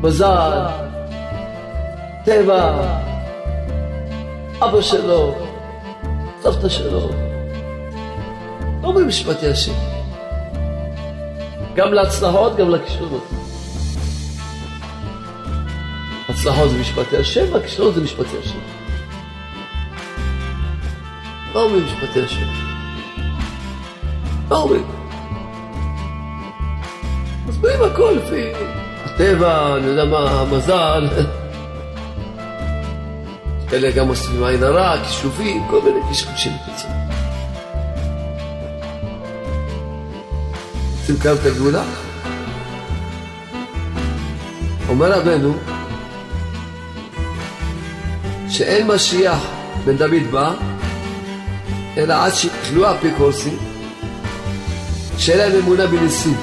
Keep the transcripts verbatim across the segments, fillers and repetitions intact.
מזל, טבע, אבא שלו, סבתא שלו. לא אומרים משפט ישיר. גם להצלחות, גם לכישלונות. הצלחות זה משפט ישיר, והכישלונות זה משפט ישיר. לא אומרים משפט ישיר. לא אומרים. מסבירים הכל לפי הטבע, אני יודע מה, המזל. כאלה גם מוסיפים עין הרע, כישובים, כל מיני קשקושים בקיצור. רוצים כאן את הגאולה? אומר רבנו שאין משיח בן דוד בא אלא עד שיכלו האפיקורסים שאין להם אמונה בניסים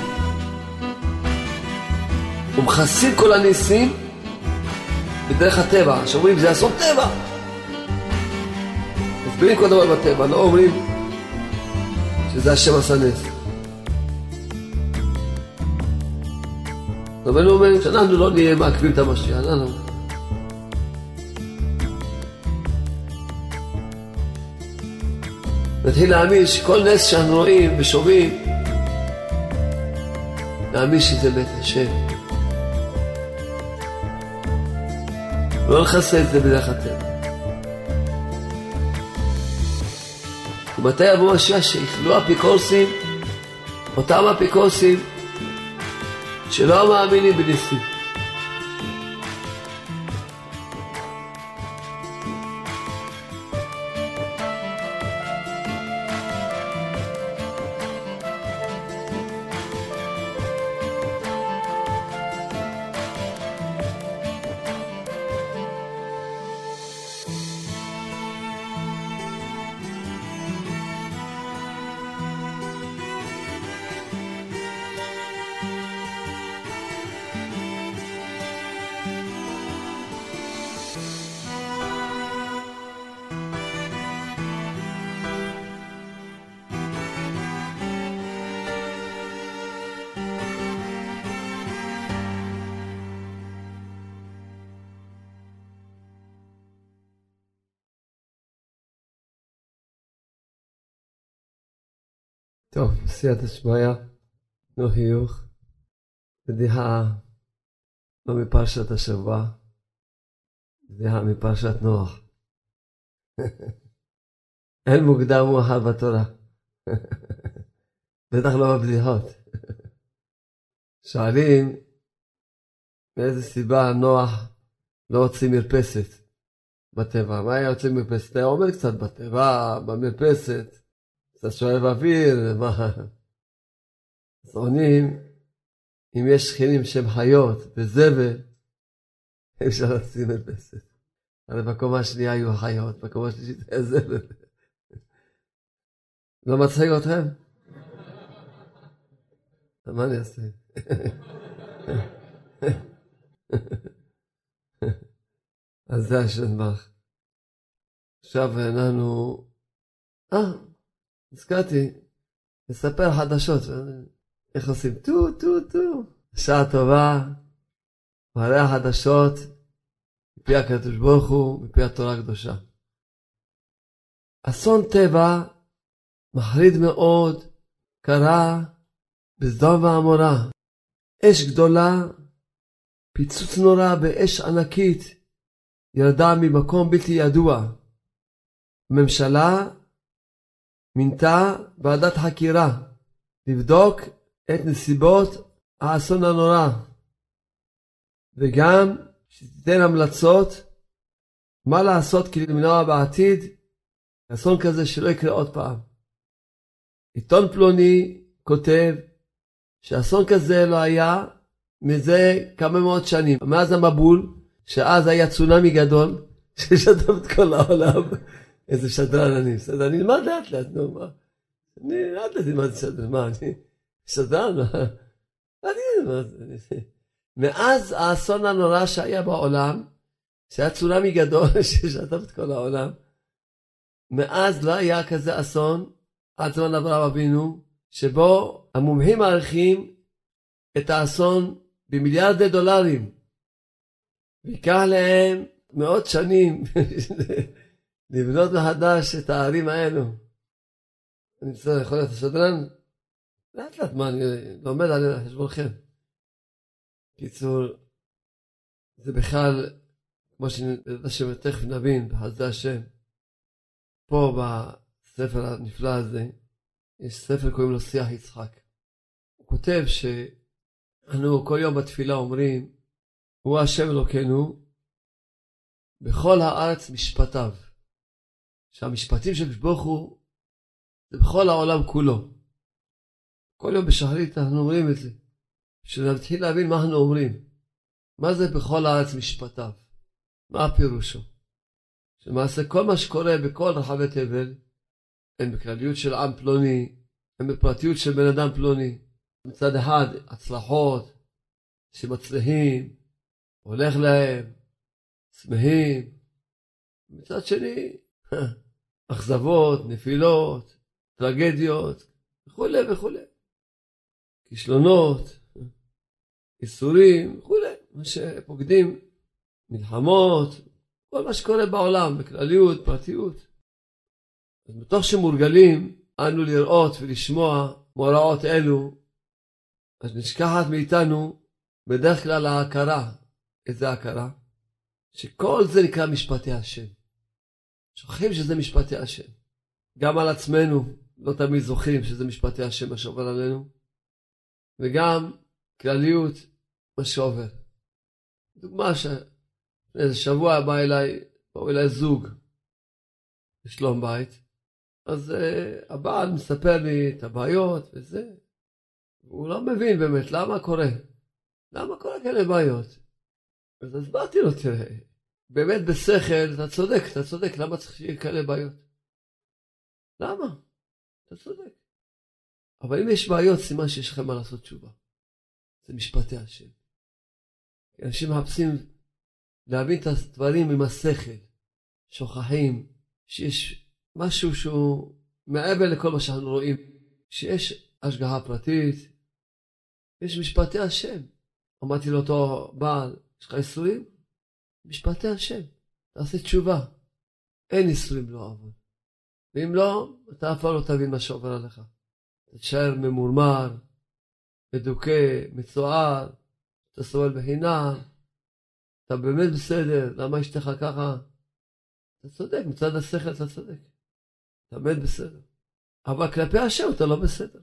ומכסים כל הניסים בדרך הטבע, שאומרים זה אסון טבע. מסבירים כל דבר בטבע, לא אומרים שזה השם עשה נס. רבנו אומר שאנחנו לא נהיה מעכבים את המשיח, לא, לא. נתחיל להאמין שכל נס שאנחנו רואים ושומעים, להאמין שזה בית השם. לא לחסה את זה בדרך הטבע. ומתי יבוא משיח שיכלו אפיקורסים, אותם אפיקורסים שלא מאמינים בניסים. טוב, סייעתא שמיא, נו חיוך, בדיחה לא מפרשת השבוע, בדיחה מפרשת נוח. אין מוקדם ומאוחר בתורה. בטח לא בבדיחות. שואלים מאיזה סיבה נוח לא הוציא מרפסת בטבע. מה היה יוצא מרפסת? היה עומד קצת בטבע, במרפסת. אתה שואב אוויר, מה? אז עונים, אם יש שכנים שהם חיות וזבל, אפשר להוציא מרפסת. אבל בקומה השנייה היו חיות, בקומה השלישית היה זבל. לא מצחיק אתכם? מה אני אעשה? אז זה השנמך. עכשיו אנחנו... אה, הזכרתי, לספר חדשות, איך עושים טו, טו, טו. שעה טובה, מראה החדשות, מפי הקדוש ברוך הוא, מפי התורה הקדושה. אסון טבע, מחריד מאוד, קרה בסדום ועמורה. אש גדולה, פיצוץ נורא באש ענקית, ירדה ממקום בלתי ידוע. הממשלה מינתה ועדת חקירה לבדוק את נסיבות האסון הנורא וגם שתיתן המלצות מה לעשות כדי למנוע בעתיד אסון כזה שלא יקרה עוד פעם. עיתון פלוני כותב שאסון כזה לא היה מזה כמה מאות שנים, מאז המבול, שאז היה צונמי גדול ששטף את כל העולם. איזה שדרן אני, בסדר, אני אלמד לאט לאט, נו, מה? אני לאט לאט אלמד שדרן, מה, אני שדרן, מה? אני אלמד, מאז האסון הנורא שהיה בעולם, שהיה צונמי גדול ששטף את כל העולם, מאז לא היה כזה אסון, עד זמן אברהם אבינו, שבו המומחים מעריכים את האסון במיליארדי דולרים, ויקח להם מאות שנים לבנות מחדש את הערים האלו. אני מצטער, יכול להיות השדרן? לאט לאט, מה, אני לומד על חשבונכם. קיצור, זה בכלל, כמו שאני תכף נבין, בחסדי השם, פה בספר הנפלא הזה, יש ספר קוראים לו שיח יצחק. הוא כותב שאנו כל יום בתפילה אומרים, הוא השם אלוקינו, בכל הארץ משפטיו. שהמשפטים של ברוך הוא, זה בכל העולם כולו. כל יום בשחרית אנחנו אומרים את זה. שנתחיל להבין מה אנחנו אומרים. מה זה בכל הארץ משפטיו? מה הפירושו? שמעשה כל מה שקורה בכל רחבי תבל, אין בכלליות של עם פלוני, אין בפרטיות של בן אדם פלוני. מצד אחד הצלחות שמצליחים, הולך להם, שמחים. מצד שני, אכזבות, נפילות, טרגדיות, וכו' וכו'. כישלונות, איסורים, וכו'. מה שפוקדים, מלחמות, כל מה שקורה בעולם, בכלליות, פרטיות. אז בתוך שמורגלים, אנו לראות ולשמוע מוראות אלו, אז נשכחת מאיתנו בדרך כלל ההכרה. איזה ההכרה? שכל זה נקרא משפטי השם. שוכחים שזה משפטי השם. גם על עצמנו לא תמיד זוכרים שזה משפטי השם מה שעובר עלינו. וגם כלליות מה שעובר. דוגמה שאיזה שבוע בא אליי, באו אליי זוג בשלום בית. אז uh, הבעל מספר לי את הבעיות וזה. הוא לא מבין באמת למה קורה. למה קורה כאלה בעיות? אז הסברתי לו, תראה, באמת בשכל, אתה צודק, אתה צודק, למה צריך שיהיה כאלה בעיות? למה? אתה צודק. אבל אם יש בעיות, סימן שיש לכם מה לעשות תשובה. זה משפטי השם. אנשים מחפשים להבין את הדברים עם השכל, שוכחים שיש משהו שהוא מעבר לכל מה שאנחנו רואים, שיש השגחה פרטית, יש משפטי השם. אמרתי לאותו בעל, יש לך איסורים? משפטי השם. תעשה תשובה. אין איסורים לא עבוד. ואם לא, אתה אף פעם לא תבין מה שעובר עליך. אתה תשאר ממורמר, מדוכא, מצוער, אתה סובל בחינם, אתה באמת בסדר, למה אשתך ככה? אתה צודק, מצד השכל אתה צודק. אתה באמת בסדר. אבל כלפי השם אתה לא בסדר.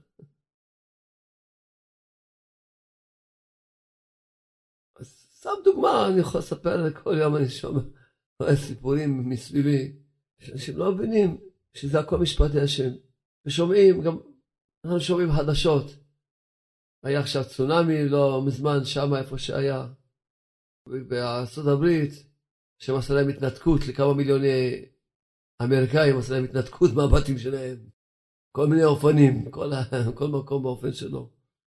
אז שם דוגמה, אני יכול לספר כל יום, אני שומע סיפורים מסביבי, שאנשים לא מבינים שזה הכל משפטי השם. ושומעים, גם אנחנו שומעים חדשות. היה עכשיו צונאמי, לא מזמן, שם איפה שהיה, בארצות הברית, שמעשה להם התנתקות לכמה מיליוני אמריקאים, עשה להם התנתקות מהבתים שלהם. כל מיני אופנים, כל, כל מקום באופן שלו.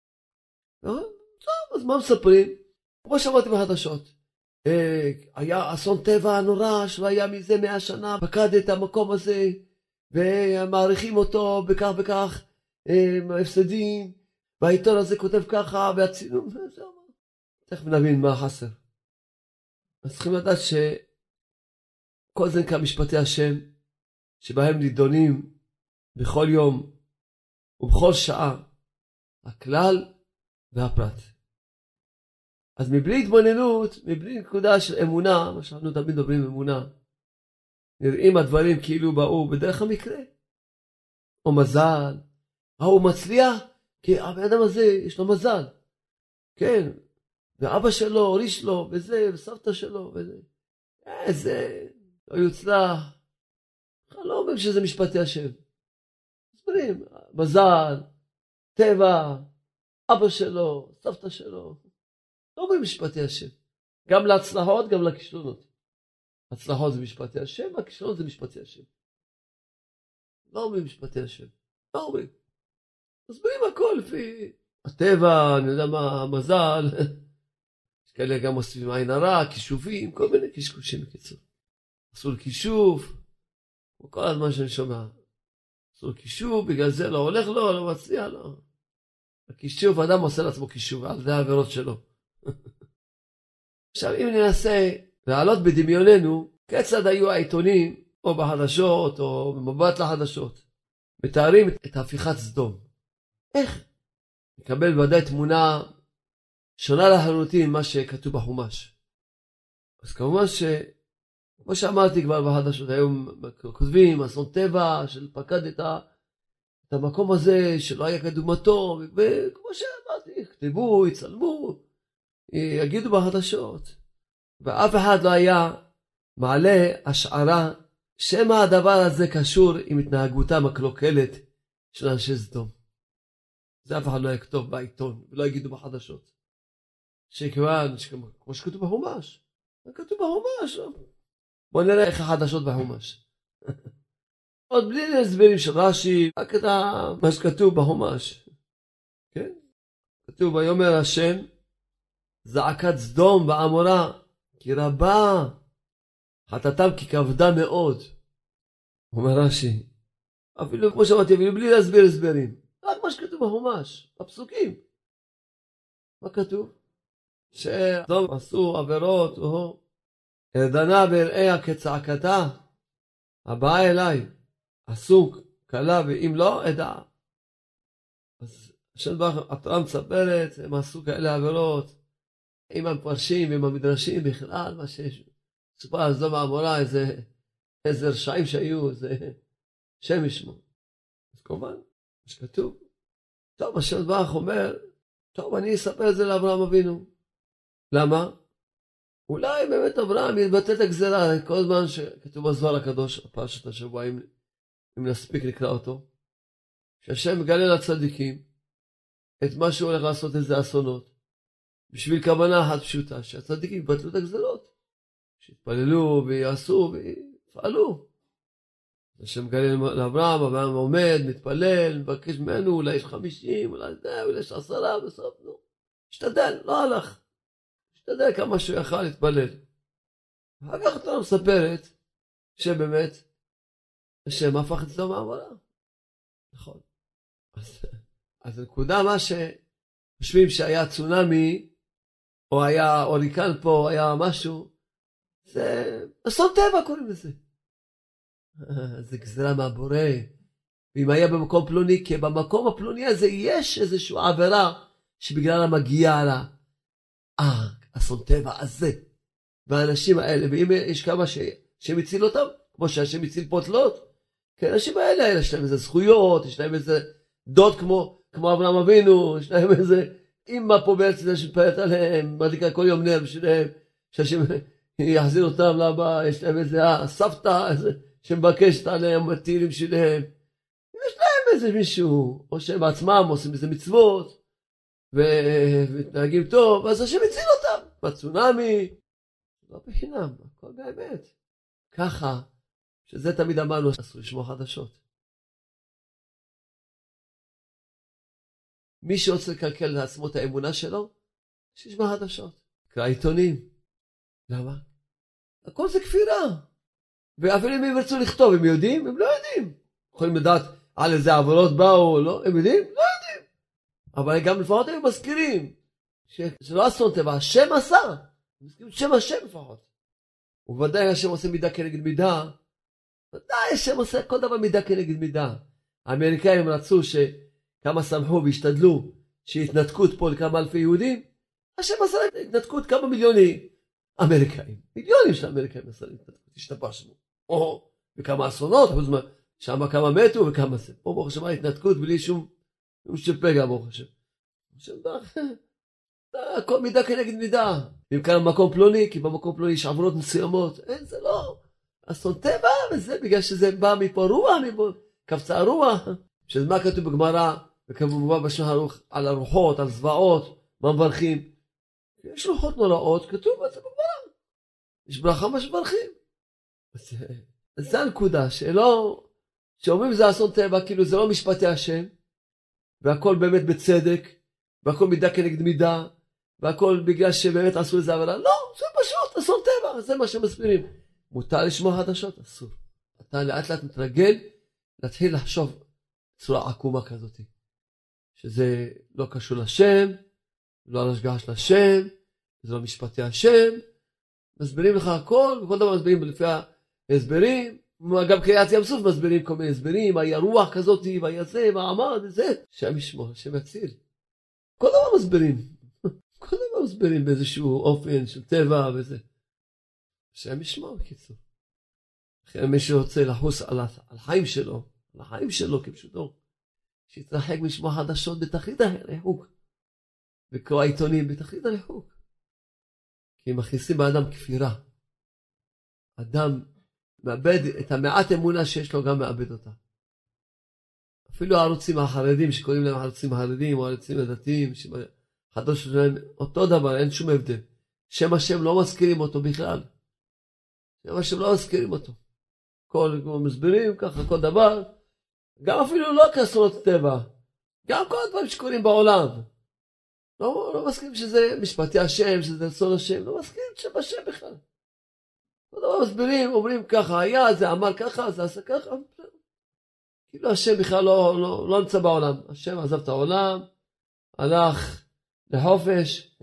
טוב, אז מה מספרים? כמו שאמרתי בחדשות, היה אסון טבע נורא, שלא היה מזה מאה שנה, פקד את המקום הזה, ומעריכים אותו בכך וכך, הפסדים, והעיתון הזה כותב ככה, והצילום, וזהו. תכף נבין מה חסר. אז צריכים לדעת שכל זה נקרא משפטי השם, שבהם נידונים בכל יום ובכל שעה, הכלל והפרט. אז מבלי התבוננות, מבלי נקודה של אמונה, מה שאנחנו תמיד מדברים אמונה, נראים הדברים כאילו באו בדרך המקרה. או מזל, אה, הוא מצליח, כי הבן אדם הזה יש לו מזל. כן, ואבא שלו, הוריש לו, וזה, וסבתא שלו, וזה. אה, זה לא יוצלח. אנחנו לא אומרים שזה משפטי השם. מסבירים, מזל, טבע, אבא שלו, סבתא שלו. לא אומרים משפטי השם. גם להצלחות, גם לכישלונות. הצלחות זה משפטי השם, והכישלונות זה משפטי השם. לא אומרים משפטי השם. לא אומרים. מסבירים הכל לפי הטבע, אני יודע מה, המזל. יש כאלה גם מוסיפים עין הרע, כישובים, כל מיני קשקושים בקיצור. אסור כישוף, וכל הזמן שאני שומע. אסור כישוף, בגלל זה לא הולך לו, לא מצליח לו. הכישוף, אדם עושה לעצמו כישוף, על זה העבירות שלו. עכשיו אם ננסה להעלות בדמיוננו כיצד היו העיתונים או בחדשות או במבט לחדשות מתארים את הפיכת סדום. איך? נקבל ודאי תמונה שונה לחלוטין ממה שכתוב בחומש. אז כמובן ש... כמו שאמרתי כבר בחדשות, היום כותבים אסון טבע של פקד את, ה... את המקום הזה שלא היה כדוגמתו, וכמו שאמרתי, יכתבו, יצלמו, יגידו בחדשות. ואף אחד לא היה מעלה השערה שמה הדבר הזה קשור עם התנהגותם הקלוקלת של אנשי סדום. זה אף אחד לא יכתוב בעיתון ולא יגידו בחדשות. שכיוון, כמו שכתוב בחומש, כתוב בחומש. בואו נראה איך החדשות בחומש. עוד בלי להסברים של רש"י, רק את מה שכתוב בחומש. כן? כתוב ויאמר השם, זעקת סדום ועמורה, כי רבה, חטאתם כי כבדה מאוד. אומר רש"י, אפילו כמו שאמרתי, אפילו בלי להסביר הסברים. רק מה שכתוב בחומש, הפסוקים. מה כתוב? שסדום עשו עבירות, או ארדנה ואראה כצעקתה, הבאה אליי, עשו קלה ואם לא, אדע. אז השם ברך, התורה מספרת, הם עשו כאלה עבירות, עם המפרשים ועם המדרשים בכלל, מה שיש, סופר על סדום ועמורה, איזה, איזה רשעים שהיו, איזה שם ישמו. אז כמובן, מה שכתוב, טוב, השם ברך אומר, טוב, אני אספר את זה לאברהם אבינו. למה? אולי באמת אברהם יתבטא את הגזרה, כל זמן שכתוב בזוהר הקדוש, פרשת השבוע, אם, אם נספיק לקרוא אותו, שהשם מגלה לצדיקים את מה שהוא הולך לעשות איזה אסונות, בשביל כוונה אחת פשוטה, שהצדיקים יבטלו את הגזרות, שיתפללו ויעשו ויפעלו. השם מגלה לאברהם, אברהם עומד, מתפלל, מבקש ממנו, אולי יש חמישים, אולי זה, אולי יש עשרה, בסוף, נו. השתדל, לא הלך. השתדל כמה שהוא יכל להתפלל. אחר כך אתה מספרת שבאמת השם הפך את סדום ועמורה. נכון. אז, אז הנקודה מה שחושבים שהיה צונאמי, או היה אוריקן פה, או היה משהו, זה אסון טבע קוראים לזה. זה גזרה מהבורא. ואם היה במקום פלוני, כי במקום הפלוני הזה יש איזושהי עבירה שבגללה מגיעה לה. אה, אסון טבע הזה. והאנשים האלה, ואם יש כמה ש... שמציל אותם, כמו שהשם מציל פותלות, כי האנשים האלה, יש להם איזה זכויות, יש להם איזה דוד כמו, כמו אברהם אבינו, יש להם איזה אמא פה בעצם שפעלת עליהם, מדליקה כל יום נר בשבילם, שהשם יחזיר אותם לבא, יש להם איזה סבתא איזה, שמבקשת עליהם בתהילים שלהם. יש להם איזה מישהו, או שהם בעצמם עושים איזה מצוות, ומתנהגים טוב, אז השם הציל אותם. בצונאמי, לא בחינם, הכל באמת. ככה, שזה תמיד אמרנו, אסור לשמוע חדשות. מי שרוצה לקלקל לעצמו את האמונה שלו, שישמע חדשות. קרא עיתונים. למה? הכל זה כפירה. ואפילו אם הם ירצו לכתוב, הם יודעים? הם לא יודעים. יכולים לדעת על איזה עבורות באו, לא? הם יודעים? לא יודעים. אבל גם לפחות הם מזכירים, שלא אסון טבע, השם עשה. הם מזכירים שם השם לפחות. ובוודאי השם עושה מידה כנגד מידה. ודאי השם עושה כל דבר מידה כנגד מידה. האמריקאים רצו שכמה שמחו והשתדלו שהתנתקות פה לכמה אלפי יהודים. השם עשה התנתקות כמה מיליוני אמריקאים. מיליונים של אמריקאים עשה התנתקות. השתבשנו. או וכמה אסונות, שם כמה מתו וכמה זה. פה ברוך השם התנתקות בלי שום שפגע ברוך השם. השם דרך. הכל מידה כנגד מידה. אם כאן במקום פלוני, כי במקום פלוני יש עבורות מסוימות. אין, זה לא. אסון טבע, וזה בגלל שזה בא מפה רוח, מפה קפצה הרוח. שזה מה כתוב בגמרא, וכמובן בשולחן ערוך, על הרוחות, על זוועות, מה מברכים. יש רוחות נוראות, כתוב בזה בגמרא. יש ברכה מה שמברכים. אז זה הנקודה, שלא, שאומרים זה אסון טבע, כאילו זה לא משפטי השם, והכל באמת בצדק, והכל מידה כנגד מידה, והכל בגלל שבאמת עשו איזה עבירה. לא, זה פשוט, אסון טבע, זה מה שמסבירים. מותר לשמוע חדשות? אסור. אתה לאט לאט מתרגל, להתחיל לחשוב בצורה עקומה כזאת. שזה לא קשור לשם, לא על השגחה של השם, זה לא משפטי השם, מסבירים לך הכל, וכל דבר מסבירים לפי ההסברים, גם קריאת ים סוף מסבירים כל מיני הסברים, היה רוח כזאת, והיה זה, והעמד, וזה, השם ישמור, השם יציל. כל דבר מסבירים, כל דבר מסבירים באיזשהו אופן של טבע וזה. השם ישמור בקיצור. לכן מי שרוצה לחוס על החיים שלו, על החיים שלו כפשוטו, שיתרחק משמוע חדשות בתכלית הריחוק, וקרוא עיתונים בתכלית הריחוק. כי הם מכניסים באדם כפירה. אדם מאבד את המעט אמונה שיש לו, גם מאבד אותה. אפילו הערוצים החרדים, שקוראים להם הערוצים החרדים, או הערוצים הדתיים, חדש שלהם, אותו דבר, אין שום הבדל. שם השם לא מזכירים אותו בכלל. שם השם לא מזכירים אותו. כל מסבירים ככה, כל דבר, גם אפילו לא כאסונות טבע, גם כל הדברים שקורים בעולם. לא, לא מזכירים שזה משפטי השם, שזה אסון השם, לא מזכירים שם השם בכלל. כל דבר מסבירים, אומרים ככה, היה, זה אמר ככה, זה עשה ככה. כאילו השם בכלל לא, לא, לא נמצא בעולם. השם עזב את העולם, הלך לחופש,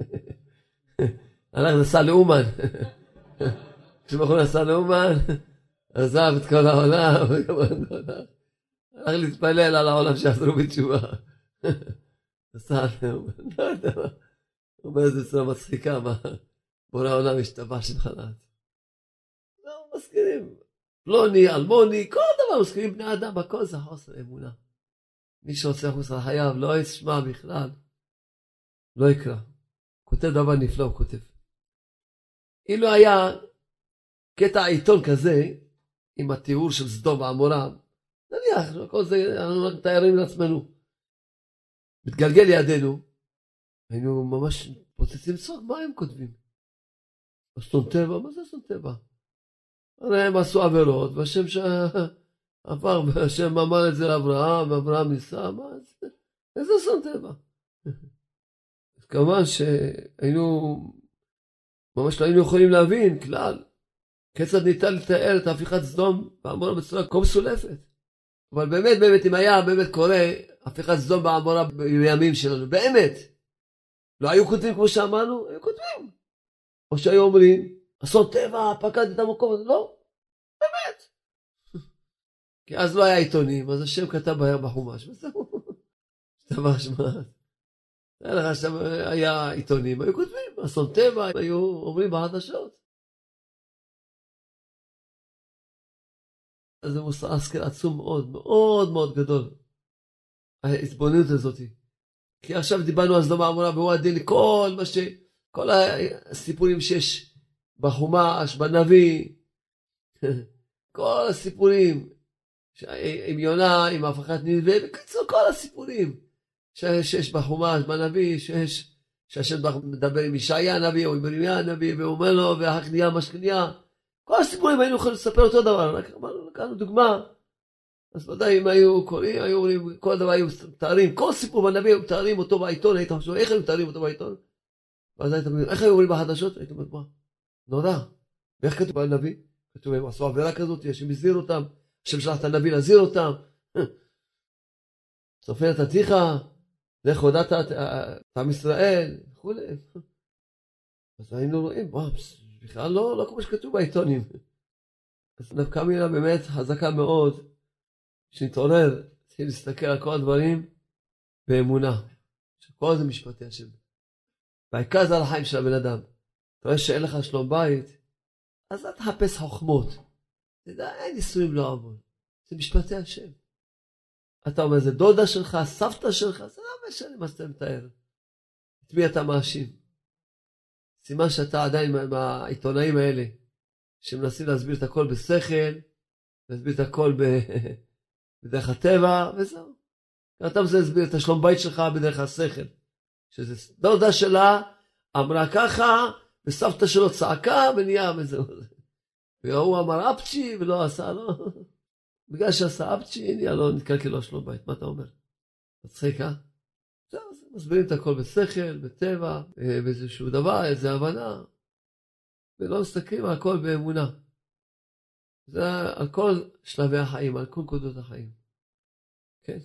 הלך נסע לאומן. כשבחור נסע לאומן, עזב את כל העולם, הלך להתפלל על העולם שיחזרו בתשובה. נסע לאומן, לא יודע מה. הוא אומר איזה צורה מצחיקה, מה? בורא העולם השתבח שמך לעד. לא, מזכירים. פלוני, אלמוני, כל דבר מזכירים בני אדם, הכל זה חוסר אמונה. מי שרוצה חוסר חייו, לא ישמע בכלל. לא יקרא. כותב דבר נפלא, הוא כותב. אילו היה קטע עיתון כזה, עם התיאור של סדום ועמורה, נניח, כל זה, אנחנו מתארים לעצמנו. מתגלגל לידינו, היינו ממש פוצצים צחוק, מה הם כותבים? אסון טבע? מה זה אסון טבע? הרי הם עשו עבירות, והשם שעבר, והשם אמר את זה לאברהם, ואברהם ניסה, מה זה? איזה אסון טבע? אז כמובן שהיינו, ממש לא היינו יכולים להבין כלל, כיצד ניתן לתאר את הפיכת סדום ועמורה בצורה כה מסולפת. אבל באמת, באמת, אם היה באמת קורה, הפיכת סדום ועמורה בימים שלנו, באמת, לא היו כותבים כמו שאמרנו, היו כותבים. או שהיו אומרים, אסון טבע, פקד את המקום הזה, לא, באמת. כי אז לא היה עיתונים, אז השם כתב בחומש, וזהו. השתבח שמך. היה עיתונים, היו כותבים, אסון טבע, היו אומרים בחדשות. אז זה מוסר השכל עצום מאוד, מאוד מאוד גדול. ההתבוננות הזאת. כי עכשיו דיברנו על סדום ועמורה, והוא הדין לכל מה ש... כל הסיפורים שיש בחומש, בנביא, כל הסיפורים עם יונה, עם הפכת ניניווה, בקיצור כל הסיפורים שיש בחומש, בנביא, שיש, שהשם מדבר עם ישעיה הנביא או עם ירמיה הנביא, והוא אומר לו, והקנייה משקנייה, כל הסיפורים היינו יכולים לספר אותו דבר, רק אמרנו, לקחנו דוגמה, אז ודאי אם היו קוראים, היו אומרים, כל דבר היו מתארים, כל סיפור בנביא היו מתארים אותו בעיתון, היית חושב, איך היו מתארים אותו בעיתון? ואז היית אומר, איך היו אומרים בחדשות? היית אומר, מה? נורא. ואיך כתוב בנביא? כתוב, הם עשו עבירה כזאת, השם הזהיר אותם, השם שלח את הנביא להזהיר אותם. סופר את עתיך, לך הודעת את עם ישראל, וכו'. אז היינו רואים, וואו, בכלל לא, לא כמו שכתוב בעיתונים. אז נפקא מינה באמת חזקה מאוד, שנתעורר, צריכים להסתכל על כל הדברים באמונה. שכל זה משפטי השם. בעיקר זה על החיים של הבן אדם. אתה רואה שאין לך שלום בית, אז אל תחפש חוכמות. תדע, אין ניסויים לא עבוד. זה משפטי השם. אתה אומר, זה דודה שלך, סבתא שלך, זה לא משנה מה שאתה מתאר. את מי אתה מאשים? סימן שאתה עדיין מהעיתונאים האלה, שמנסים להסביר את הכל בשכל, להסביר את הכל בדרך הטבע, וזהו. אתה מנסה להסביר את השלום בית שלך בדרך השכל. שזה דודה שלה אמרה ככה, וסבתא שלו צעקה ונהיה וזהו. והוא אמר אפצ'י ולא עשה לו. בגלל שעשה אפצ'י, נהיה לו נתקלקל לו שלום בית. מה אתה אומר? מצחיק, אה? זהו, מסבירים את הכל בשכל, בטבע, באיזשהו דבר, איזו הבנה. ולא מסתכלים על הכל באמונה. זה על כל שלבי החיים, על כל נקודות החיים. כן?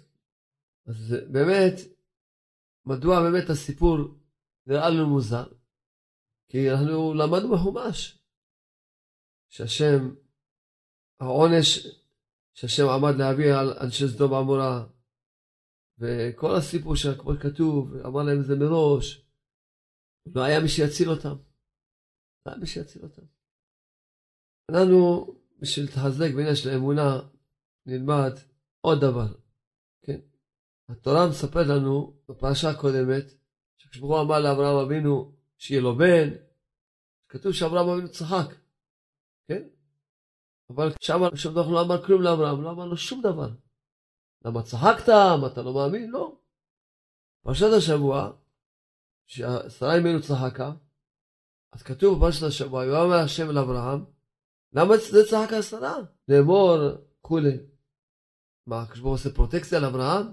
אז באמת, מדוע באמת הסיפור נראה לנו מוזר? כי אנחנו למדנו בחומש, שהשם, העונש שהשם עמד להביא על אנשי סדום ועמורה, וכל הסיפור שכמו כתוב, אמר להם זה מראש, לא היה מי שיציל אותם. לא היה מי שיציל אותם. אנחנו, בשביל להתחזק בעניין של האמונה, נלמד עוד דבר. כן? התורה מספרת לנו, בפרשה הקודמת, שכשברוך אמר לאברהם אבינו, שיהיה לו בן, כתוב שאברהם אבינו צחק. כן? אבל שם שום דבר לא אמר כלום לאברהם, לא אמר לו שום דבר. למה צחקת? מה אתה לא מאמין? לא. פרשת השבוע, ששרה אימנו צחקה, אז כתוב בפרשת השבוע, יאמר השם אל אברהם, למה זה צחקה שרה? לאמור כולי. מה, כשבו עושה פרוטקציה לאברהם?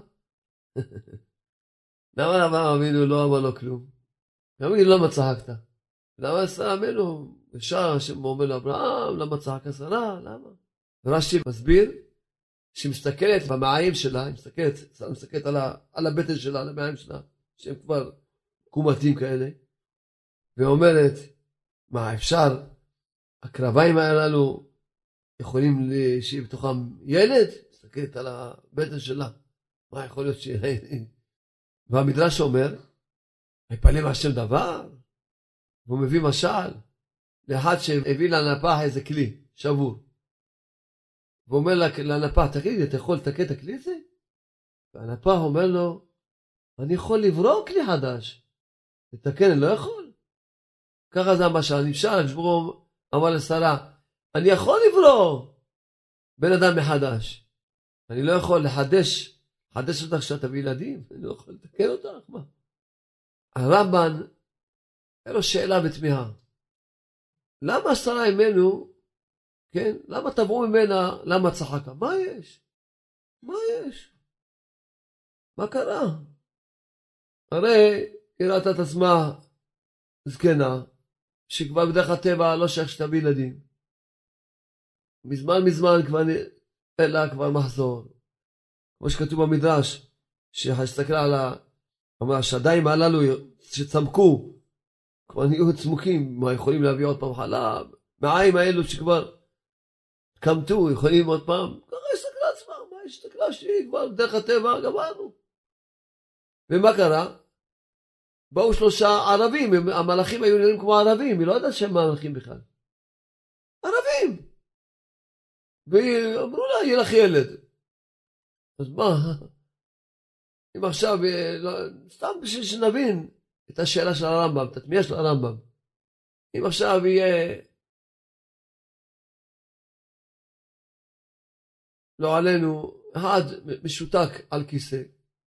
למה לאברהם אבינו לא אמר לו כלום? למה היא למה צחקת? למה שרה אמנו? ישר השם אומר לאברהם, למה צחקה שרה? למה? ורש"י מסביר, שהיא מסתכלת במעיים שלה, היא מסתכלת, היא מסתכלת על, ה, על הבטן שלה, על המעיים שלה, שהם כבר קומתים כאלה, ואומרת, מה אפשר, הקרביים הללו יכולים שיהיה בתוכם ילד? מסתכלת על הבטן שלה, מה יכול להיות שיהיה ילד? והמדרש אומר, היפלא מהשם דבר, והוא מביא משל, לאחד שהביא לנפח איזה כלי, שבור. ואומר לנפח, תגיד, אתה יכול לתקן את הכלי הזה? והנפח אומר לו, אני יכול לברוא כלי חדש. לתקן, אני לא יכול. ככה זה המשל, נמשל, כשברוך אמר לשרה, אני יכול לברוא בן אדם מחדש. אני לא יכול לחדש, לחדש אותך שאתה בילדים, אני לא יכול לתקן אותך, מה? הרמב"ן, היה לו שאלה בתמיהה. למה שרה אימנו, כן? למה תבעו ממנה, למה צחקה? מה יש? מה יש? מה קרה? הרי היא ראתה את עצמה זקנה, שכבר בדרך הטבע לא שייך שתביא ילדים. מזמן מזמן כבר אין לה כבר מחזור. כמו שכתוב במדרש, שהסתכלה על השדיים הללו שצמקו, כבר נהיו צמוקים, מה יכולים להביא עוד פעם חלב? מהעיים האלו שכבר קמתו, יכולים עוד פעם, ככה הסתכלה עצמה, מה הסתכלה שהיא כבר דרך הטבע גמרנו. ומה קרה? באו שלושה ערבים, המלאכים היו נראים כמו ערבים, היא לא יודעת שהם מלאכים בכלל. ערבים! ואמרו לה, יהיה לך ילד. אז מה? אם עכשיו, לא, סתם בשביל שנבין את השאלה של הרמב"ם, את התמיהה של הרמב"ם. אם עכשיו יהיה לא עלינו, אחד משותק על כיסא,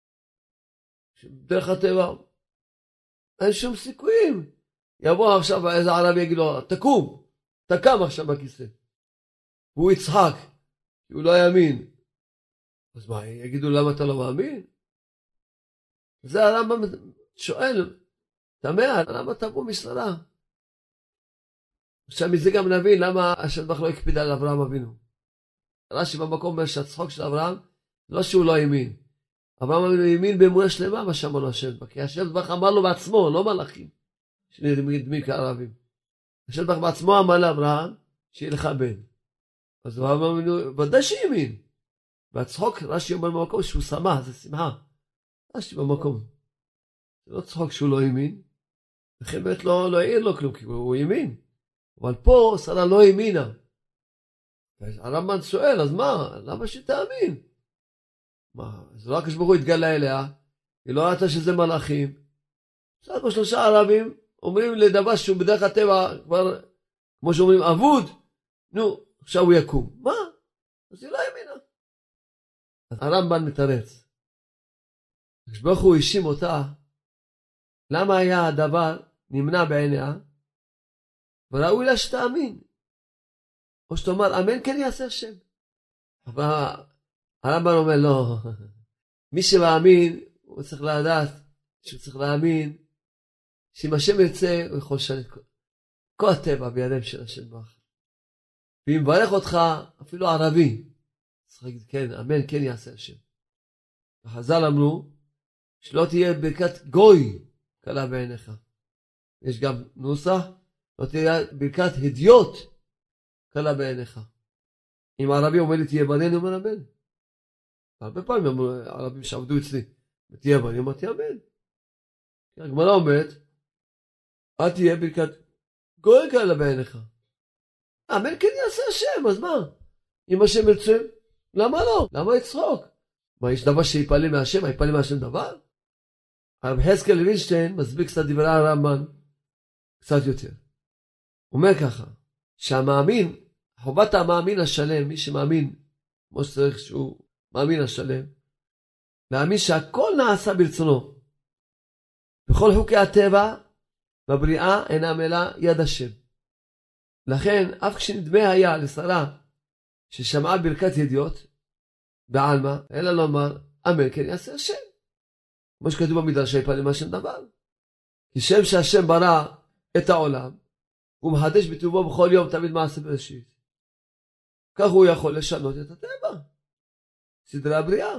דרך הטבע, אין שום סיכויים. יבוא עכשיו איזה ערבי יגיד לו, תקום, תקם עכשיו בכיסא. והוא יצחק, הוא לא יאמין. אז מה, יגידו למה אתה לא מאמין? זה הרמב"ם שואל, תמה, למה תבוא משרה? עכשיו מזה גם נבין למה השם ברוך לא הקפיד על אברהם אבינו. רש"י במקום אומר שהצחוק של אברהם, לא שהוא לא האמין. אברהם אבינו האמין באמונה שלמה מה שאמר לו השם, כי השם ברוך אמר לו בעצמו, לא מלאכים, שנדמים כערבים. השם ברוך בעצמו אמר לאברהם, שיהיה לך בן. אז אברהם אבינו ודאי שהאמין. והצחוק, רש"י אומר במקום שהוא שמח, זה שמחה. רש"י במקום. זה לא צחוק שהוא לא האמין. לכן באמת לא, לא העיר לו כלום, כי הוא האמין. אבל פה שרה לא האמינה. הרמב"ן שואל, אז מה? למה שתאמין? מה? זה רק כשברוך הוא התגלה אליה, היא לא ראתה שזה מלאכים. עכשיו פה שלושה ערבים אומרים לדבר שהוא בדרך הטבע כבר, כמו שאומרים, אבוד, נו, עכשיו הוא יקום. מה? אז היא לא האמינה. אז הרמב"ן מתרץ. כשברוך הוא האשים אותה, למה היה הדבר נמנע בעיניה, וראוי לה שתאמין. או שתאמר, אמן כן יעשה השם. אבל הרמב"ן אומר, לא. מי שמאמין, הוא צריך לדעת, שהוא צריך להאמין, שאם השם ירצה, הוא יכול לשנות כל, כל הטבע בידיהם של השם ברוך. ואם מברך אותך, אפילו ערבי, צריך להגיד, כן, אמן כן יעשה השם. החז"ל אמרו, שלא תהיה ברכת גוי קלה בעיניך. יש גם נוסח, לא תהיה ברכת הדיוט קלה בעיניך. אם הערבי אומר לי תהיה בריא, אני אומר אמן. הרבה פעמים הערבים שעבדו אצלי, תהיה בריא, אמרתי אמן. הגמרא אומרת, אל תהיה ברכת גוי קלה בעיניך. אמן כן יעשה השם, אז מה? אם השם ירצה, למה לא? למה יצחוק? מה, יש דבר שיפעלים מהשם? מה, יפעלים מהשם דבר? הרב חזקאל לוינשטיין מסביר קצת דברי הרמב"ן, קצת יותר. הוא אומר ככה, שהמאמין, חובת המאמין השלם, מי שמאמין, כמו שצריך שהוא מאמין השלם, להאמין שהכל נעשה ברצונו. בכל חוקי הטבע, בבריאה אינה מלאה יד השם. לכן, אף כשנדמה היה לשרה ששמעה ברכת ידיעות, בעלמא, אלא לומר, אמן כן יעשה השם. כמו שכתוב במדרש, יפעלים מהשם דבר. כי שם שהשם ברא את העולם, הוא מחדש בטובו בכל יום תמיד מעשה בראשית. כך הוא יכול לשנות את הטבע. סדרי הבריאה.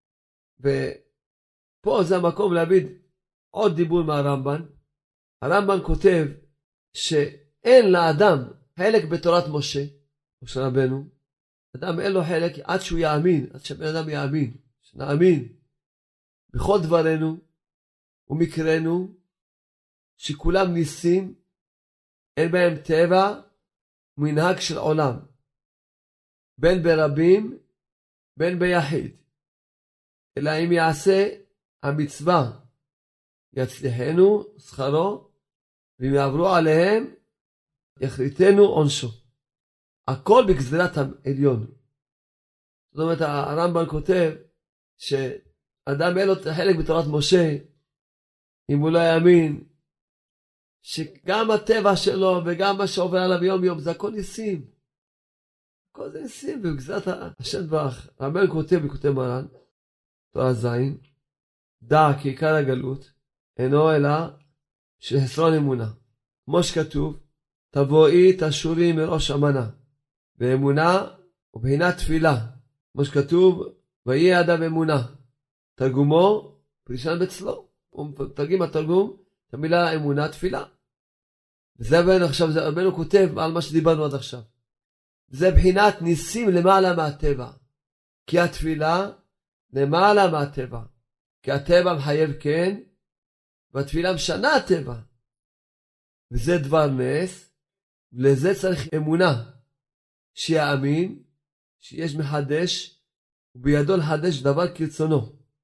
ופה זה המקום להביד עוד דיבור מהרמב"ן. הרמב"ן כותב שאין לאדם חלק בתורת משה, משה רבנו. אדם אין לו חלק עד שהוא יאמין, עד שבן אדם יאמין, שנאמין בכל דברנו ומקראנו, שכולם ניסים, אין בהם טבע ומנהג של עולם, בין ברבים, בין ביחיד. אלא אם יעשה המצווה, יצליחנו שכרו, ואם יעברו עליהם, יחריטנו עונשו. הכל בגזירת העליון. זאת אומרת, הרמב"ן כותב שאדם אין לו חלק בתורת משה, אם הוא לא יאמין, שגם הטבע שלו וגם מה שעובר עליו יום יום, זה הכל ניסים. הכל זה ניסים, ובגזירת השם ברך. הרמב"ן כותב בכותב מרן, תורה זין, דע כי עיקר הגלות, אינו אלא של חסרון אמונה. כמו שכתוב, תבואי תשורי מראש אמנה. באמונה ובהינת תפילה, כמו שכתוב, ויהיה אדם אמונה. תרגומו, פרישן בצלו. הוא מתרגם התרגום, את המילה אמונה, תפילה. וזה הבן עכשיו, זה הבנו כותב על מה שדיברנו עד עכשיו. זה בחינת ניסים למעלה מהטבע. כי התפילה למעלה מהטבע. כי הטבע מחייב כן, והתפילה משנה הטבע. וזה דבר נס, ולזה צריך אמונה. שיאמין, שיש מחדש, ובידו לחדש דבר כרצונו.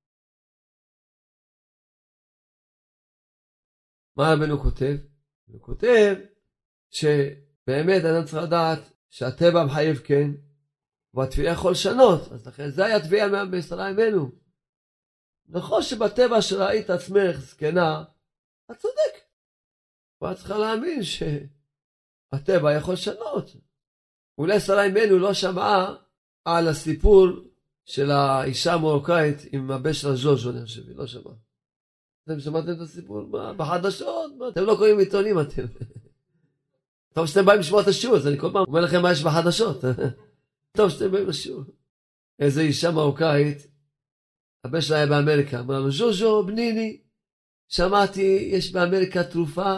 מה רבנו כותב? הוא כותב שבאמת אדם צריך לדעת שהטבע מחייב כן, והתפילה יכול לשנות. אז לכן זה היה תביעה בישראל ממנו. נכון שבטבע שראית עצמך זקנה, את צודק. ואת צריכה להאמין שהטבע יכול לשנות. אולי שרה ממנו לא שמעה על הסיפור של האישה המרוקאית עם הבן של הז'וז'ו, אני חושב, לא שמעה. אתם שמעתם את הסיפור? מה? בחדשות? מה? אתם לא קוראים עיתונים, אתם. טוב שאתם באים לשמוע את השיעור, אז אני כל פעם אומר לכם מה יש בחדשות. טוב שאתם באים לשיעור. איזו אישה מרוקאית, הבן שלה היה באמריקה, אמרה לו, ז'וז'ו, בניני, שמעתי, יש באמריקה תרופה,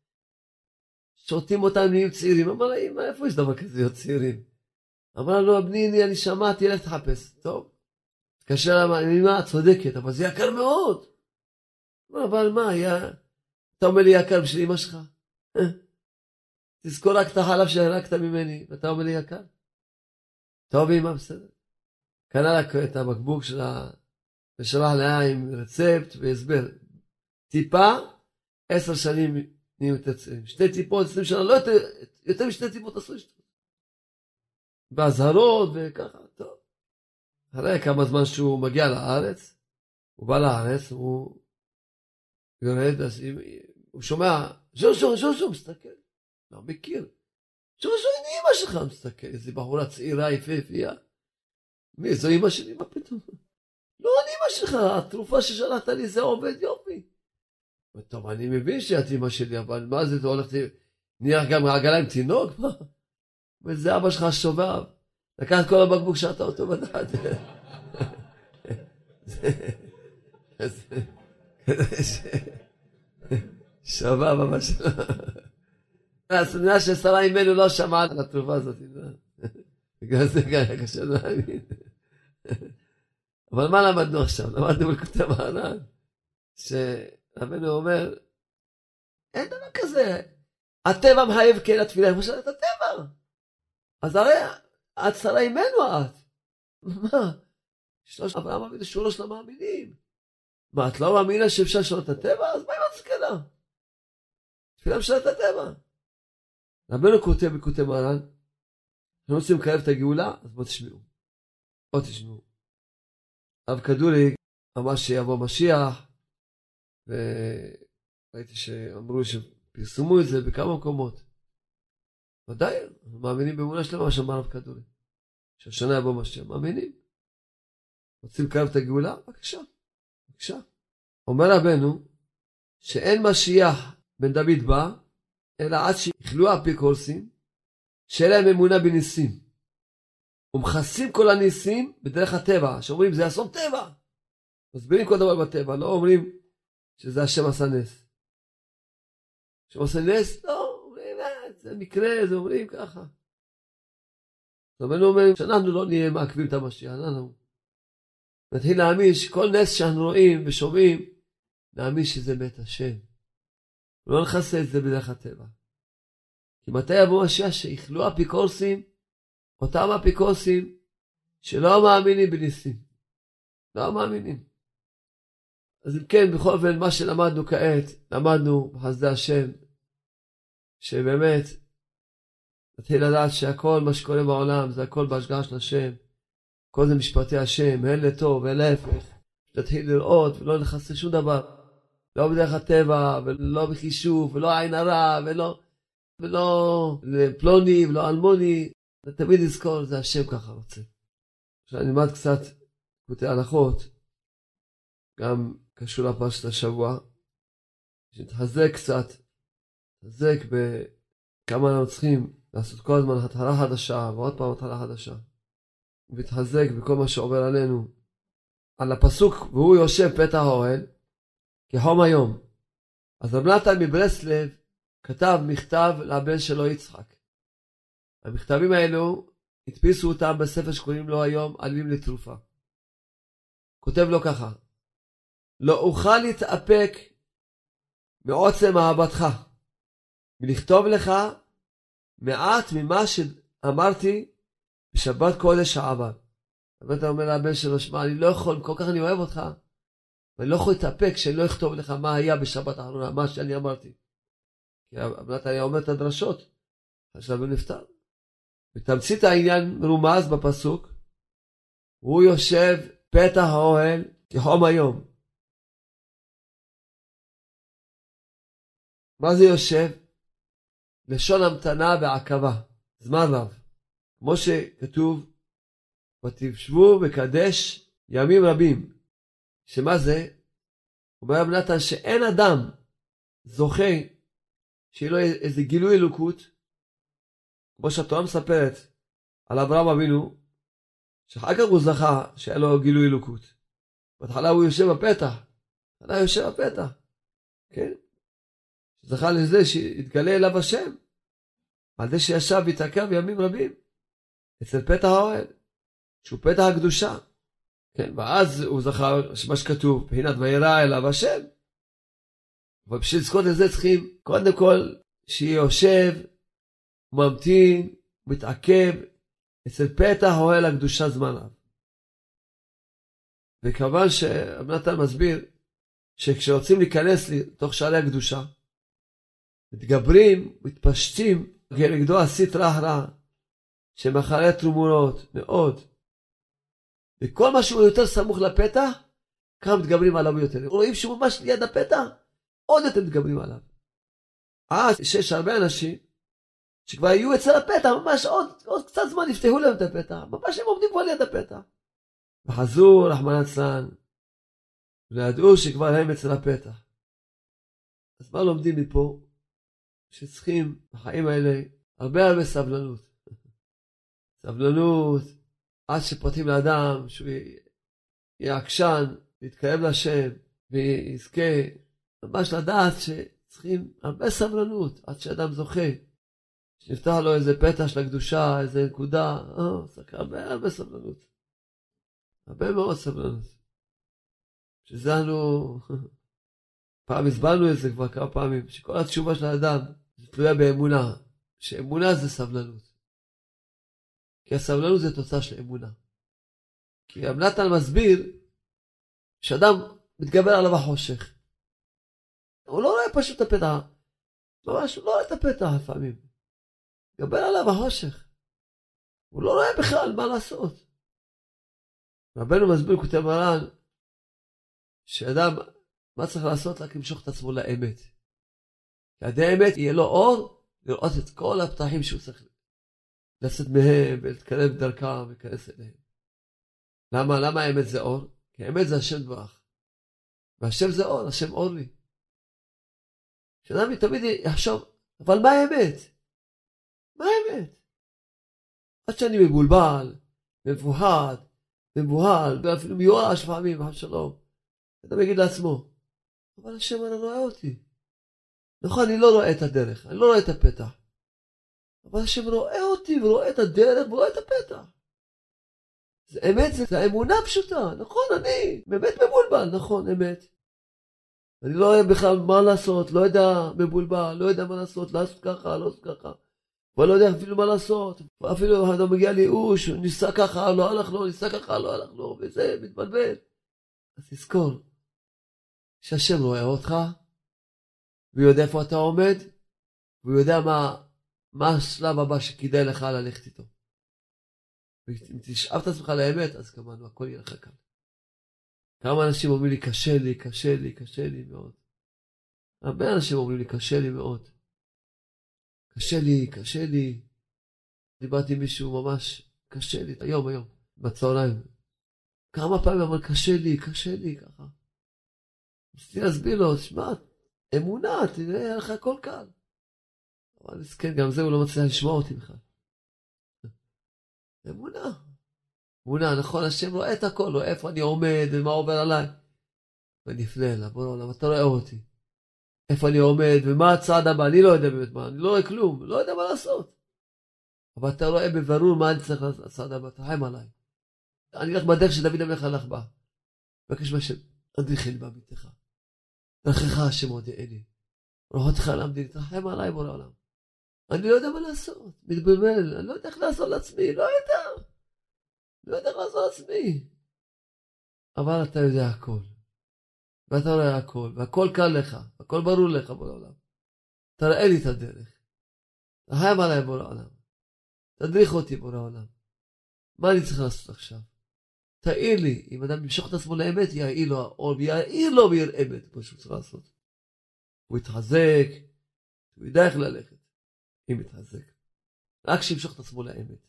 שותים אותם נהיים צעירים. אמר לה, אמא, איפה יש דבר כזה להיות צעירים? אמרה לו, בניני, אני שמעתי, לך תחפש. טוב. כאשר אמא, את צודקת, אבל זה יקר מאוד. אבל מה, היה... אתה אומר לי יקר בשביל אמא שלך? תזכור רק את החלב שהרקת ממני, ואתה אומר לי יקר? טוב אמא, בסדר. קנה לה את הבקבוק שלה, ושלח לה עם רצפט והסבר. טיפה, עשר שנים נהיים יותר צעירים. שתי טיפות, עשרים שנה, לא יותר, יותר משתי טיפות עשו שתי. בהזהרות וככה, טוב. אחרי כמה זמן שהוא מגיע לארץ, הוא בא לארץ, הוא יורד, אז הוא שומע, ז'וז'ו, ז'וז'ו, מסתכל. לא מכיר. ז'וז'ו, הנה אמא שלך, מסתכל. איזו בחורה צעירה, יפהפייה. מי, זו אמא שלי, מה פתאום? לא, אני אמא שלך, התרופה ששלחת לי זה עובד יופי. טוב, אני מבין שאת אמא שלי, אבל מה זה, אתה הולך, נראה גם עגלה עם תינוק? מה? וזה אבא שלך שובב. לקח כל הבקבוק שעתה אותו בדעת. שובב אבא שלך. הסנאה של שרה אימנו לא שמעה על התרופה הזאת. בגלל זה היה קשה להאמין. אבל מה למדנו עכשיו? למדנו בליקוטי מוהר"ן, שרבנו אומר, אין דבר כזה. הטבע מחייב כן התפילה, כמו שאתה הטבע. אז הרי את שרה אימנו את. מה? שלוש אברהם אבינו שהוא של המאמינים. מה, את לא מאמינה שאפשר לשנות את הטבע? אז מה עם הסכנה? תפילה משנה את הטבע. רבנו כותב בליקוטי מוהר"ן, אנחנו רוצים לקרב את הגאולה, אז בואו תשמעו. בואו תשמעו. הרב כדורי אמר שיבוא משיח, וראיתי שאמרו שפרסמו את זה בכמה מקומות. ודאי, אנחנו מאמינים באמונה שלמה מה שאמר הרב כדורי. שהשנה יבוא משיח, מאמינים. רוצים לקרב את הגאולה? בבקשה. בבקשה. אומר רבנו, שאין משיח בן דוד בא, אלא עד שיכלו האפיקורסים, שאין להם אמונה בניסים. ומכסים כל הניסים בדרך הטבע, שאומרים זה אסון טבע. מסבירים כל דבר בטבע, לא אומרים שזה השם עשה נס. השם עשה נס? לא, אומרים, זה מקרה, זה אומרים ככה. רבנו אומר, שאנחנו לא נהיה מעכבים את המשיח, אנחנו נתחיל להאמין שכל נס שאנחנו רואים ושומעים, נאמין שזה מת השם. לא נכסה את זה בדרך הטבע. כי מתי יבוא משיח שיכלו האפיקורסים, אותם אפיקורסים שלא מאמינים בניסים. לא מאמינים. אז אם כן, בכל אופן, מה שלמדנו כעת, למדנו בחסדי השם, שבאמת נתחיל לדעת שהכל מה שקורה בעולם, זה הכל בהשגחה של השם, כל זה משפטי השם, הן לטוב והן להפך. נתחיל לראות ולא נכסה שום דבר. לא בדרך הטבע, ולא בחישוב, ולא עין הרע, ולא, ולא פלוני, ולא אלמוני. תמיד לזכור, זה השם ככה רוצה. עכשיו נלמד קצת קוטעי הלכות, גם קשור לפרשת השבוע, שנתחזק קצת, נתחזק בכמה אנחנו צריכים לעשות כל הזמן התחלה חדשה, ועוד פעם התחלה חדשה. ותחזק בכל מה שעובר עלינו. על הפסוק, והוא יושב פתח האוהל, כחום היום. אז רב נתן מברסלב כתב מכתב לבן שלו יצחק. המכתבים האלו הדפיסו אותם בספר שקוראים לו היום עלים לתרופה. כותב לו ככה, לא אוכל להתאפק מעוצם אהבתך, ולכתוב לך מעט ממה שאמרתי בשבת קודש העבר. רב נתן אומר לבן שלו, שמע, אני לא יכול, כל כך אני אוהב אותך, ואני לא יכול להתאפק שאני לא אכתוב לך מה היה בשבת האחרונה, מה שאני אמרתי. כי רב נתן היה אומר את הדרשות, עכשיו הוא נפטר. בתמצית העניין מרומז בפסוק, הוא יושב פתח האוהל כחום היום. מה זה יושב? לשון המתנה בעקבה, זמן רב. כמו שכתוב, ותשבו וקדש ימים רבים. שמה זה? אומר רב נתן שאין אדם זוכה שיהיה לו איזה גילוי אלוקות, כמו שהתורה מספרת על אברהם אבינו, שאחר כך הוא זכה שהיה לו גילוי אלוקות. בהתחלה הוא יושב בפתח, בהתחלה הוא יושב בפתח, כן? זכה לזה שהתגלה אליו השם, על זה שישב והתעכב ימים רבים, אצל פתח האוהל, שהוא פתח הקדושה. כן, ואז הוא זכה מה שכתוב, בחינת וירא אליו השם. אבל בשביל לזכות לזה צריכים, קודם כל, שיהיה יושב, ממתין, מתעכב, אצל פתח אוהל הקדושה זמן רב. וכמובן שרב נתן מסביר, שכשרוצים להיכנס לתוך שערי הקדושה, מתגברים, מתפשטים, כנגדו הסטרא אחרא, שמחרה תרומות מאוד. וכל מה שהוא יותר סמוך לפתח, כמה מתגברים עליו יותר. רואים שהוא ממש ליד הפתח, עוד יותר מתגברים עליו. אז שיש הרבה אנשים, שכבר יהיו אצל הפתח, ממש עוד, עוד קצת זמן יפתחו להם את הפתח, ממש הם עומדים כבר ליד הפתח. וחזרו, רחמנא ליצלן, וידעו שכבר הם אצל הפתח. אז מה לומדים מפה? שצריכים בחיים האלה הרבה הרבה סבלנות. סבלנות, עד שפרטים לאדם, שהוא יהיה עקשן, להתקרב לשם, ויזכה ממש לדעת שצריכים הרבה סבלנות, עד שאדם זוכה שנפתח לו איזה פתח של הקדושה, איזה נקודה, אה, צריך הרבה הרבה סבלנות. הרבה מאוד סבלנות. שזה לנו, פעם הסברנו את זה כבר כמה פעמים, שכל התשובה של האדם זה תלויה באמונה, שאמונה זה סבלנות. כי הסבלנות זה תוצאה של אמונה. כי רב נתן מסביר שאדם מתגבר עליו החושך. הוא לא רואה פשוט את הפתח, ממש הוא לא רואה את הפתח לפעמים. מתגבר עליו החושך. הוא לא רואה בכלל מה לעשות. רבנו מסביר כותב מרן, שאדם, מה צריך לעשות? רק למשוך את עצמו לאמת. כי עד האמת יהיה לו אור, לראות את כל הפתחים שהוא צריך לצאת מהם, ולהתקרב דרכם, ולהיכנס אליהם. למה? למה האמת זה אור? כי האמת זה השם דברך. והשם זה אור, השם אור לי. שאדם תמיד יחשוב, אבל מה האמת? מה האמת? עד שאני מבולבל, מבוהד, מבוהל, ואפילו מיואש פעמים, חס שלום. אדם יגיד לעצמו, אבל השם אני רואה אותי. נכון, אני לא רואה את הדרך, אני לא רואה את הפתח. אבל השם רואה אותי, ורואה את הדרך, ורואה את הפתח. זה אמת, זה, זה האמונה פשוטה, נכון, אני באמת מבולבל, נכון, אמת. אני לא רואה בכלל מה לעשות, לא יודע מבולבל, לא יודע מה לעשות, לעשות ככה, לא לעשות ככה. ולא יודע אפילו מה לעשות, ואפילו אדם מגיע לייאוש, ניסה ככה, לא הלך לו, ניסה ככה, לא הלך לו, וזה מתבלבל. אז תזכור, שהשם רואה אותך, והוא יודע איפה אתה עומד, והוא יודע מה, מה השלב הבא שכדאי לך ללכת איתו. ואם תשאב את עצמך לאמת, אז כמובן, הכל יהיה לך כאן. כמה אנשים אומרים לי, קשה לי, קשה לי, קשה לי מאוד. הרבה אנשים אומרים לי, קשה לי מאוד. קשה לי, קשה לי. דיברתי עם מישהו ממש, קשה לי, היום, היום, בצהריים. כמה פעמים אמר, קשה לי, קשה לי, ככה. ניסיתי להסביר לו, שמע, אמונה, תראה, לך הכל קל. אבל כן, גם זה הוא לא מצליח לשמוע אותי בכלל. אמונה. אמונה, נכון, השם רואה את הכל, רואה איפה אני עומד ומה עובר עליי. ונפנה אליו, בוא נעולם, אתה רואה אותי. איפה אני עומד ומה הצעד הבא, אני לא יודע באמת מה, אני לא רואה כלום, לא יודע מה לעשות. אבל אתה רואה בברור מה אני צריך לעשות, הצעד הבא, תרחם עליי. אני אלך בדרך שדוד המלך הלך בה. בקש מהשם, אדריכני בעמיתך. דרכך השם הודיעני. רוחותך למדני, תרחם עליי בורא עולם. אני לא יודע מה לעשות, מתבלבל, אני לא יודע איך לעשות לעצמי, לא יודע. לא יודע איך לעשות לעצמי. אבל אתה יודע הכל. ואתה רואה הכל, והכל קל לך, הכל ברור לך בורא עולם. תראה לי את הדרך. תרחם עליי בורא עולם. תדריך אותי בורא עולם. מה אני צריך לעשות עכשיו? תאיר לי, אם אדם ימשוך את עצמו לאמת, יאיר לו האור, ויאיר לו ויר אמת, כמו שהוא צריך לעשות. הוא יתחזק, הוא ידע איך ללכת, אם יתחזק. רק שימשוך את עצמו לאמת.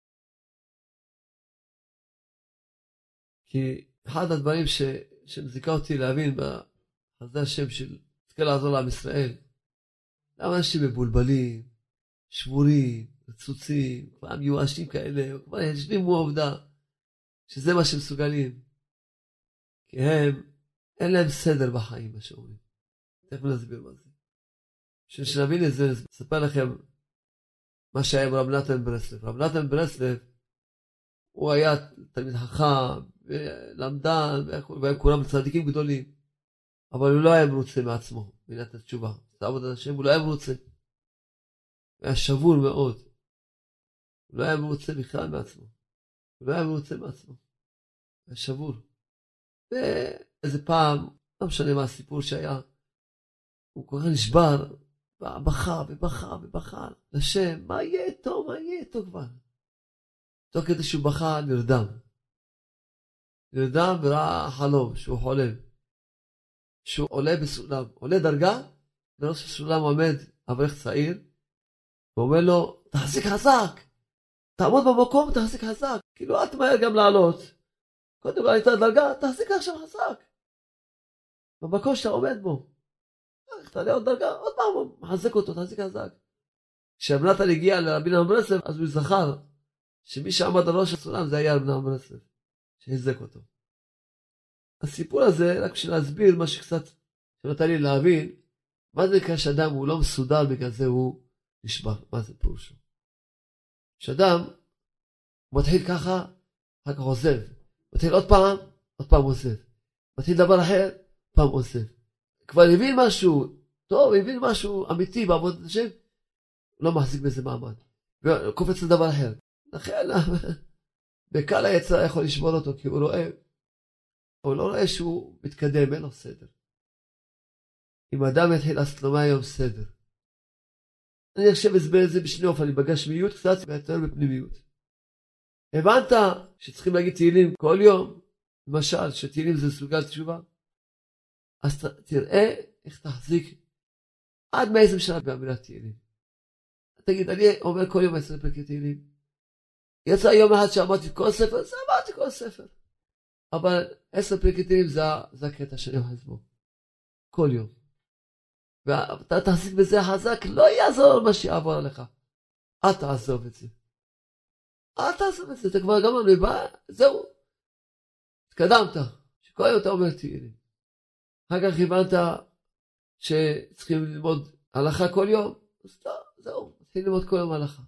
כי אחד הדברים ש... שמזיקה אותי להבין בחסדי השם של תזכה לעזור לעם ישראל, למה אנשים מבולבלים, שבורים, רצוצים, כבר מיואשים כאלה, כבר ישלימו עובדה, שזה מה שמסוגלים. כי הם, אין להם סדר בחיים, מה שאומרים. תכף נסביר מה זה. שנבין את זה, אספר לכם מה שהיה עם רב נתן ברסלב. רב נתן ברסלב, הוא היה תלמיד חכם, ולמדן, והם כולם צדיקים גדולים. אבל הוא לא היה מרוצה מעצמו, מנת התשובה. את עבודת השם, הוא לא היה מרוצה. הוא היה שבור מאוד. הוא לא היה מרוצה בכלל מעצמו. הוא לא היה מרוצה מעצמו. הוא היה שבור. ואיזה פעם, לא משנה מה הסיפור שהיה, הוא כל כך נשבר, ובכה ובכה ובכה לשם, מה יהיה איתו, מה יהיה איתו כבר? תוך כדי שהוא בכה, נרדם. נרדם וראה חלום, שהוא חולם. שהוא עולה בסולם, עולה דרגה, בראש הסולם עומד אברך צעיר, ואומר לו, תחזיק חזק, תעמוד במקום, תחזיק חזק, כאילו אל תמהר גם לעלות. קודם כל הייתה דרגה, תחזיק עכשיו חזק. במקום שאתה עומד בו. תעלה עוד דרגה, עוד פעם, מחזק אותו, תחזיק חזק. כשרב נתן הגיע לרבי נחמן מברסלב, אז הוא זכר שמי שעמד על ראש הסולם זה היה רבי נחמן מברסלב, שהחזק אותו. הסיפור הזה, רק בשביל להסביר מה שקצת שנתן לי להבין, מה זה כשאדם הוא לא מסודר בגלל זה הוא נשבר. מה זה פירושו? שאדם מתחיל ככה, אחר כך עוזב. מתחיל עוד פעם, עוד פעם עוזב. מתחיל דבר אחר, פעם עוזב. כבר הבין משהו, טוב, הבין משהו אמיתי בעבודת השם, לא מחזיק בזה מעמד. וקופץ לדבר אחר. לכן, בקל היצר יכול לשבור אותו, כי הוא רואה, הוא לא רואה שהוא מתקדם, אין לו סדר. אם אדם יתחיל לעשות לו מהיום סדר. אני עכשיו אסבר את זה בשני אופנים, בגשמיות קצת ויותר בפנימיות. הבנת שצריכים להגיד תהילים כל יום, למשל, שתהילים זה סוגל תשובה, אז תראה איך תחזיק עד מעשרים שנה באמרת תהילים. תגיד, אני אומר כל יום עשרה פרקי תהילים. יצא יום אחד שאמרתי כל ספר, אז אמרתי כל ספר. אבל עשרה פרקי תהילים זה, זה הקטע שאני אוכל בו. כל יום. ואתה תחזיק בזה חזק, לא יעזור מה שיעבור עליך. אל תעזוב את זה. אל תעזוב את זה, אתה כבר גמרנו, זהו. התקדמת, שכל יום אתה אומר תהילים. אחר כך הבנת שצריכים ללמוד הלכה כל יום, אז טוב, זהו, תתחיל ללמוד כל יום הלכה.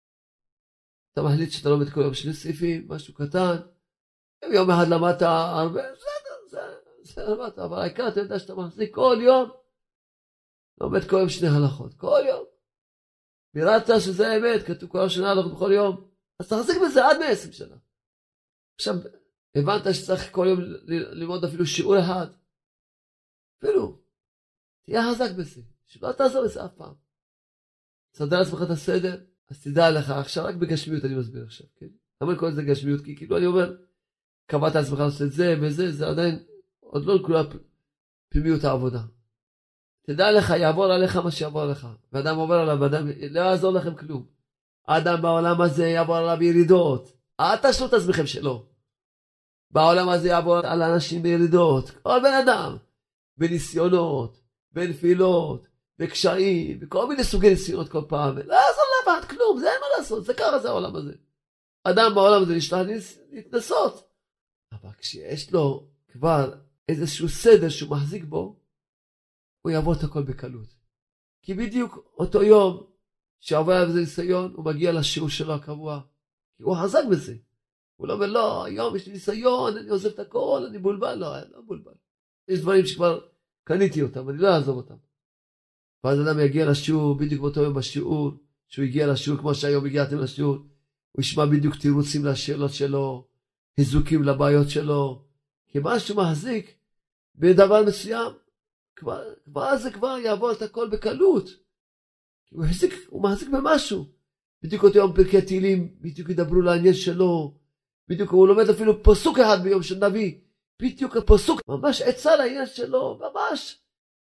אתה מחליט שאתה לומד כל יום שני סעיפים, משהו קטן, אם יום אחד למדת הרבה, בסדר, זה, זה למדת, אבל העיקר אתה יודע שאתה מחזיק כל יום, לומד כל יום שני הלכות, כל יום. ביררת שזה האמת, כתוב כל שנה הלכות בכל יום, אז תחזיק בזה עד מאה-עשרים שנה. עכשיו, הבנת שצריך כל יום ללמוד אפילו שיעור אחד, אפילו, תהיה חזק בזה, שלא תעזור בזה אף פעם. תסדר לעצמך את הסדר, אז תדע לך, עכשיו רק בגשמיות אני מסביר עכשיו, כן? למה אני קורא לזה גשמיות? כי כאילו אני אומר, קבעת לעצמך לעשות את זה וזה, זה עדיין, עוד לא נקודה פנימיות העבודה. תדע לך, יעבור עליך מה שיעבור עליך, ואדם עובר עליו, ואדם, לא יעזור לכם כלום. האדם בעולם הזה יעבור עליו ירידות, אל תשלו את עצמכם שלא. בעולם הזה יעבור על אנשים בירידות, כל בן אדם, בניסיונות, בנפילות, בקשיים, בכל מיני סוגי ניסיונות כל פעם, לא יעזור לבד כלום, זה אין מה לעשות, זה ככה זה העולם הזה. אדם בעולם הזה נשלח להתנסות, אבל כשיש לו כבר איזשהו סדר שהוא מחזיק בו, הוא יעבור את הכל בקלות. כי בדיוק אותו יום שעובר עליו איזה ניסיון, הוא מגיע לשיעור שלו הקבוע, כי הוא חזק בזה. הוא לא אומר, לא, היום יש לי ניסיון, אני עוזב את הכל, אני בולבל, לא, אני לא בולבל. יש דברים שכבר קניתי אותם, אני לא אעזוב אותם. ואז אדם יגיע לשיעור, בדיוק באותו יום בשיעור, שהוא הגיע לשיעור כמו שהיום הגעתם לשיעור, הוא ישמע בדיוק תירוצים לשאלות שלו, חיזוקים לבעיות שלו, כי משהו מחזיק בדבר מסוים, כבר, כבר זה כבר יעבור את הכל בקלות. הוא, החזיק, הוא מחזיק במשהו. בדיוק אותו יום פרקי תהילים, בדיוק ידברו לעניין שלו, בדיוק הוא לומד אפילו פסוק אחד ביום של נביא, בדיוק הפסוק, ממש עצה לעניין שלו, ממש.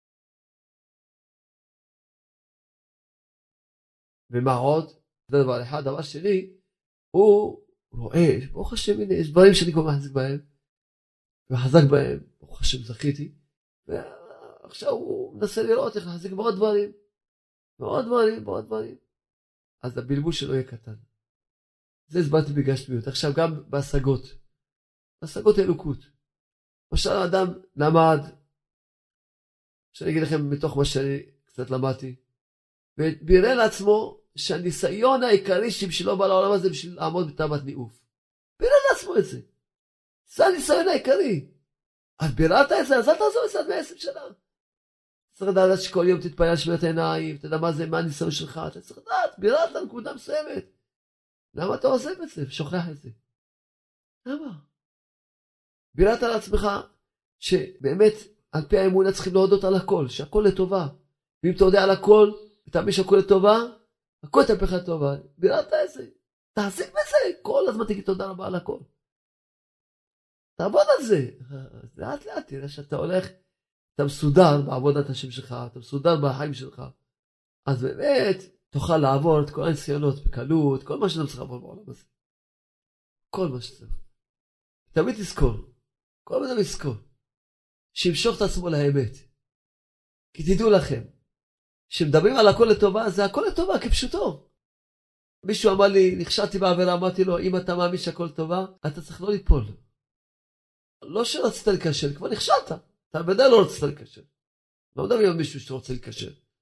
ומה עוד? זה דבר אחד, דבר שני, הוא רואה, ברוך השם, הנה, יש דברים שאני כבר מחזיק בהם, וחזק בהם, ברוך השם, זכיתי, ועכשיו הוא מנסה לראות איך להחזיק בעוד דברים, בעוד דברים, בעוד דברים. אז הבלבול שלו יהיה קטן. זה הסברתי בגשמיות. עכשיו גם בהשגות. בהשגות האלוקות. למשל האדם למד, שאני אגיד לכם מתוך מה שאני קצת למדתי, ובירא לעצמו שהניסיון העיקרי שבשלו בא לעולם הזה בשביל לעמוד בתאוות ניאוף. בירא לעצמו את זה. זה הניסיון העיקרי. אז ביראת את זה, אז אל תעזור את זה עד מאה ועשרים שנה. צריך לדעת שכל יום תתפלל שמירת העיניים, תדע מה זה, מה הניסיון שלך, אתה צריך לדעת, ביראת נקודה מסוימת. למה אתה עוזב את זה ושוכח את זה? למה? ביראת על עצמך שבאמת על פי האמונה צריכים להודות על הכל, שהכל לטובה. ואם אתה יודע על הכל, ותאמין שהכל לטובה, הכל תהפך לטובה. ביראת את זה. תחזיק בזה, כל הזמן תגיד תודה רבה על הכל. תעבוד על זה. לאט לאט תראה שאתה הולך, אתה מסודר בעבודת השם שלך, אתה מסודר בחיים שלך. אז באמת תוכל לעבור את כל הניסיונות בקלות, כל מה שאתה צריך לעבור בעולם הזה. כל מה שצריך. תמיד תזכור, כל מה שאתה תזכור, שימשוך את עצמו לאמת. כי תדעו לכם, שמדברים על הכל לטובה, זה הכל לטובה כפשוטו. מישהו אמר לי, נכשלתי בעבירה, אמרתי לו, אם אתה מאמין שהכל טובה, אתה צריך לא ליפול. לא שרצית לקשר, כבר נכשלת. אתה בוודאי לא רצית לקשר. לא מדבר עם מישהו שרוצה לקשר.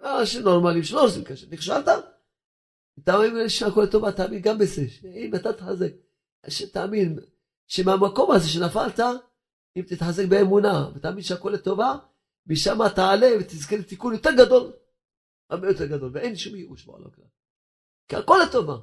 אנשים נורמליים שלא עושים קשה. נכשלת? תאמין שהכל לטובה, תאמין גם בזה. אם אתה תחזק, שתאמין שמהמקום הזה שנפלת, אם תתחזק באמונה, ותאמין שהכל לטובה, משם תעלה ותזכה לתיקון יותר גדול, הרבה יותר גדול, ואין שום ייאוש בעולם כלל. כי הכל לטובה.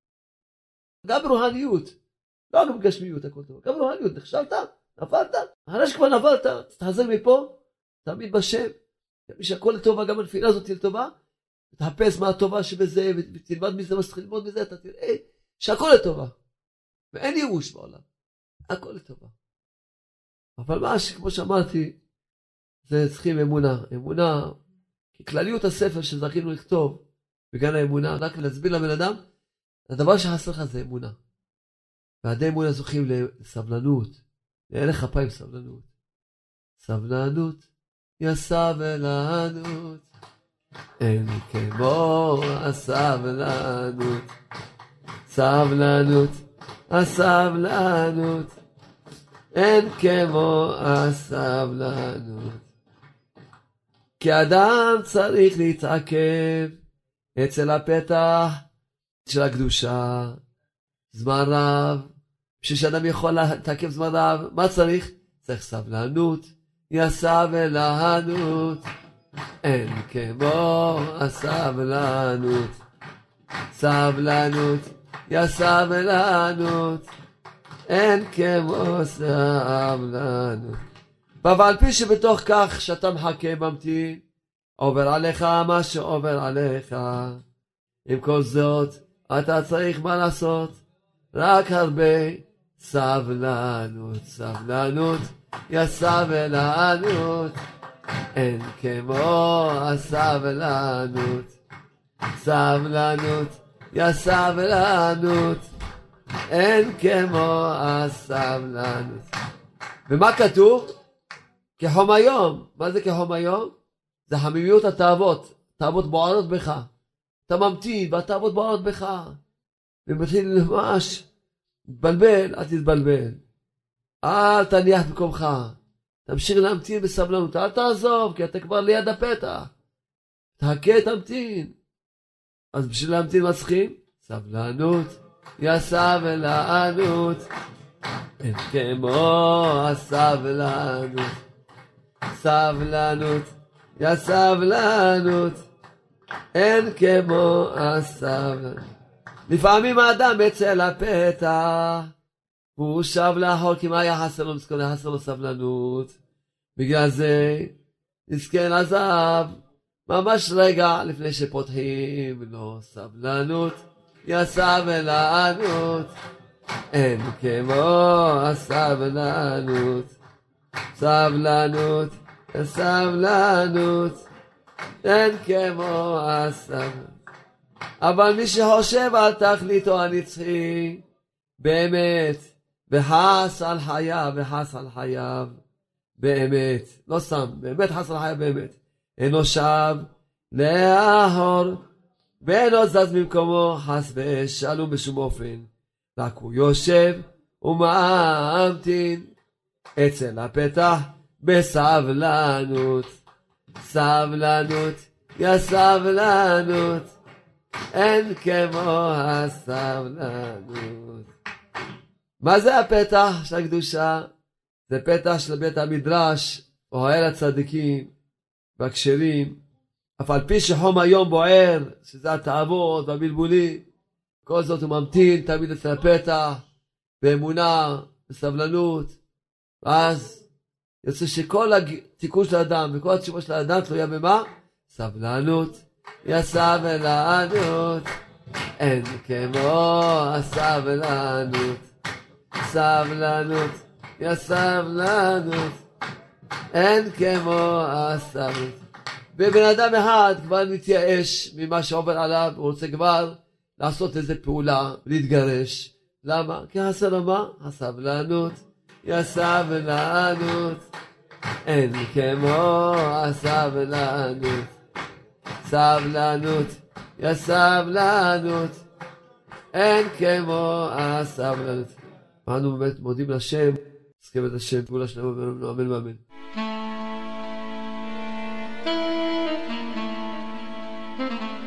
גם ברוחניות, לא גם בגשמיות הכל טוב, גם ברוחניות, נכשלת, נפלת, אחרי שכבר נפלת, תתחזק מפה, תאמין בשם, תאמין שהכל לטובה, גם הנפילה הזאת תהיה לטובה, ותחפש מה הטובה שבזה, ותלמד מזה מה שצריך ללמוד מזה, אתה תראה שהכל לטובה. ואין ייאוש בעולם, הכל לטובה. אבל מה שכמו שאמרתי, זה צריכים אמונה, אמונה, כי כלליות הספר שזכינו לכתוב, בגן האמונה, רק להסביר לבן אדם, הדבר שחסר לך זה אמונה. ועדי אמונה זוכים לסבלנות, להלך אפיים סבלנות. סבלנות, יא סבלנות, אין כמו הסבלנות. סבלנות, הסבלנות, אין כמו הסבלנות. כי אדם צריך להתעכב אצל הפתח של הקדושה זמן רב. בשביל שאדם יכול להתעכב זמן רב, מה צריך? צריך סבלנות, יא סבלנות, אין כמו הסבלנות. סבלנות, יא סבלנות, אין כמו סבלנות. אבל פי שבתוך כך שאתה מחכה ממתין, עובר עליך מה שעובר עליך. עם כל זאת, אתה צריך מה לעשות? רק הרבה סבלנות. סבלנות, יא סבלנות, אין כמו הסבלנות. סבלנות, יא סבלנות, אין כמו הסבלנות. ומה כתוב? כחום היום. מה זה כחום היום? זה חמימיות התאוות. תאוות בוערות בך. אתה ממתין והתאוות בוערות בך. ומתחיל ממש להתבלבל, אל תתבלבל. אל תניח במקומך. תמשיך להמתין בסבלנות. אל תעזוב, כי אתה כבר ליד הפתח. תחכה, תמתין. אז בשביל להמתין מה צריכים? סבלנות, יא סבלנות, אין כמו הסבלנות. סבלנות, יא סבלנות, אין כמו הסבלנות. לפעמים האדם אצל הפתח, הוא שב לאחור, כי מה היה חסר לו? מסכן, היה חסר לו סבלנות. בגלל זה, מסכן עזב, ממש רגע לפני שפותחים לו. סבלנות, יא סבלנות, אין כמו הסבלנות. סבלנות, יא סבלנות, אין כמו הסבלנות. אבל מי שחושב על תכליתו הנצחי, באמת, וחס על חייו, וחס על חייו, באמת, לא סתם, באמת חס על חייו, באמת, אינו שב לאחור, ואינו זז ממקומו, חס ושלום בשום אופן, רק הוא יושב וממתין אצל הפתח בסבלנות. סבלנות, יא סבלנות, אין כמו הסבלנות. מה זה הפתח של הקדושה? זה פתח של בית המדרש, אוהל הצדיקים והכשרים. אף על פי שחום היום בוער, שזה התאוות והבלבולים, כל זאת הוא ממתין תמיד אצל הפתח, באמונה, בסבלנות. ואז יוצא שכל התיקון של האדם וכל התשובה של האדם תלויה במה? סבלנות, יא סבלנות, אין כמו הסבלנות. סבלנות, יא סבלנות, אין כמו הסבלנות. ובן אדם אחד כבר מתייאש ממה שעובר עליו, הוא רוצה כבר לעשות איזה פעולה, להתגרש. למה? כי חסר לו מה? הסבלנות, יא סבלנות, אין כמו הסבלנות. סבלנות, יא סבלנות, אין כמו הסבלנות. אנו באמת מודים לשם, נזכה את השם, פעולה שלנו, אמן ואמן. Thank you.